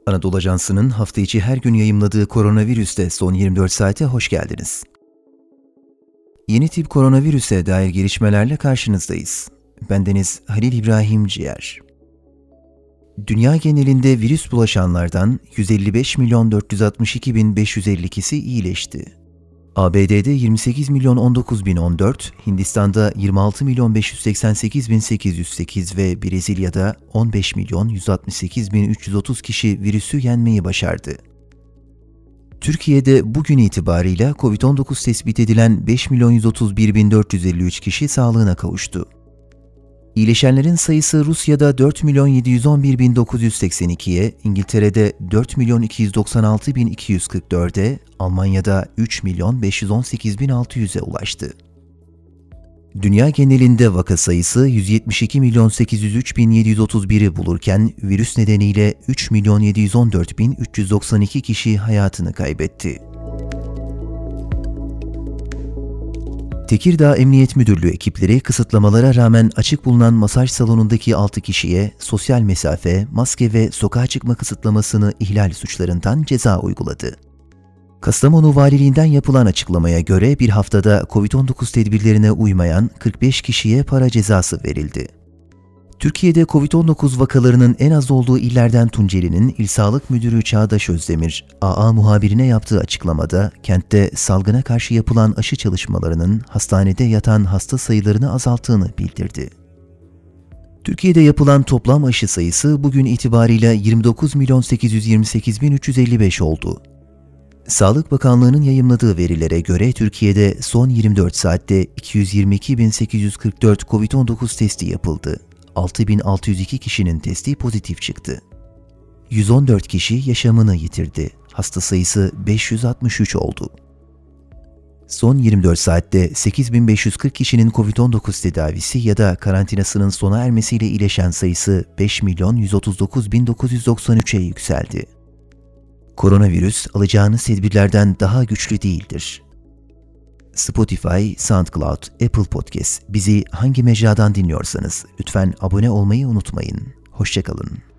Anadolu Ajansı'nın hafta içi her gün yayımladığı koronavirüste son 24 saate hoş geldiniz. Yeni tip koronavirüse dair gelişmelerle karşınızdayız. Bendeniz Halil İbrahim Ciğer. Dünya genelinde virüs bulaşanlardan 155.462.552'si iyileşti. ABD'de 28.019.014, Hindistan'da 26.588.808 ve Brezilya'da 15.168.330 kişi virüsü yenmeyi başardı. Türkiye'de bugün itibarıyla COVID-19 tespit edilen 5.131.453 kişi sağlığına kavuştu. İyileşenlerin sayısı Rusya'da 4.711.982'ye, İngiltere'de 4.296.244'e, Almanya'da 3.518.600'e ulaştı. Dünya genelinde vaka sayısı 172.803.731'i bulurken virüs nedeniyle 3.714.392 kişi hayatını kaybetti. Tekirdağ Emniyet Müdürlüğü ekipleri kısıtlamalara rağmen açık bulunan masaj salonundaki 6 kişiye sosyal mesafe, maske ve sokağa çıkma kısıtlamasını ihlal suçlarından ceza uyguladı. Kastamonu Valiliğinden yapılan açıklamaya göre bir haftada COVID-19 tedbirlerine uymayan 45 kişiye para cezası verildi. Türkiye'de COVID-19 vakalarının en az olduğu illerden Tunceli'nin İl Sağlık Müdürü Çağdaş Özdemir, AA muhabirine yaptığı açıklamada kentte salgına karşı yapılan aşı çalışmalarının hastanede yatan hasta sayılarını azalttığını bildirdi. Türkiye'de yapılan toplam aşı sayısı bugün itibarıyla 29.828.355 oldu. Sağlık Bakanlığı'nın yayımladığı verilere göre Türkiye'de son 24 saatte 222.844 COVID-19 testi yapıldı. 6.602 kişinin testi pozitif çıktı. 114 kişi yaşamını yitirdi. Hasta sayısı 563 oldu. Son 24 saatte 8.540 kişinin COVID-19 tedavisi ya da karantinasının sona ermesiyle iyileşen sayısı 5.139.993'e yükseldi. Koronavirüs alacağınız tedbirlerden daha güçlü değildir. Spotify, SoundCloud, Apple Podcast, bizi hangi mecradan dinliyorsanız lütfen abone olmayı unutmayın. Hoşça kalın.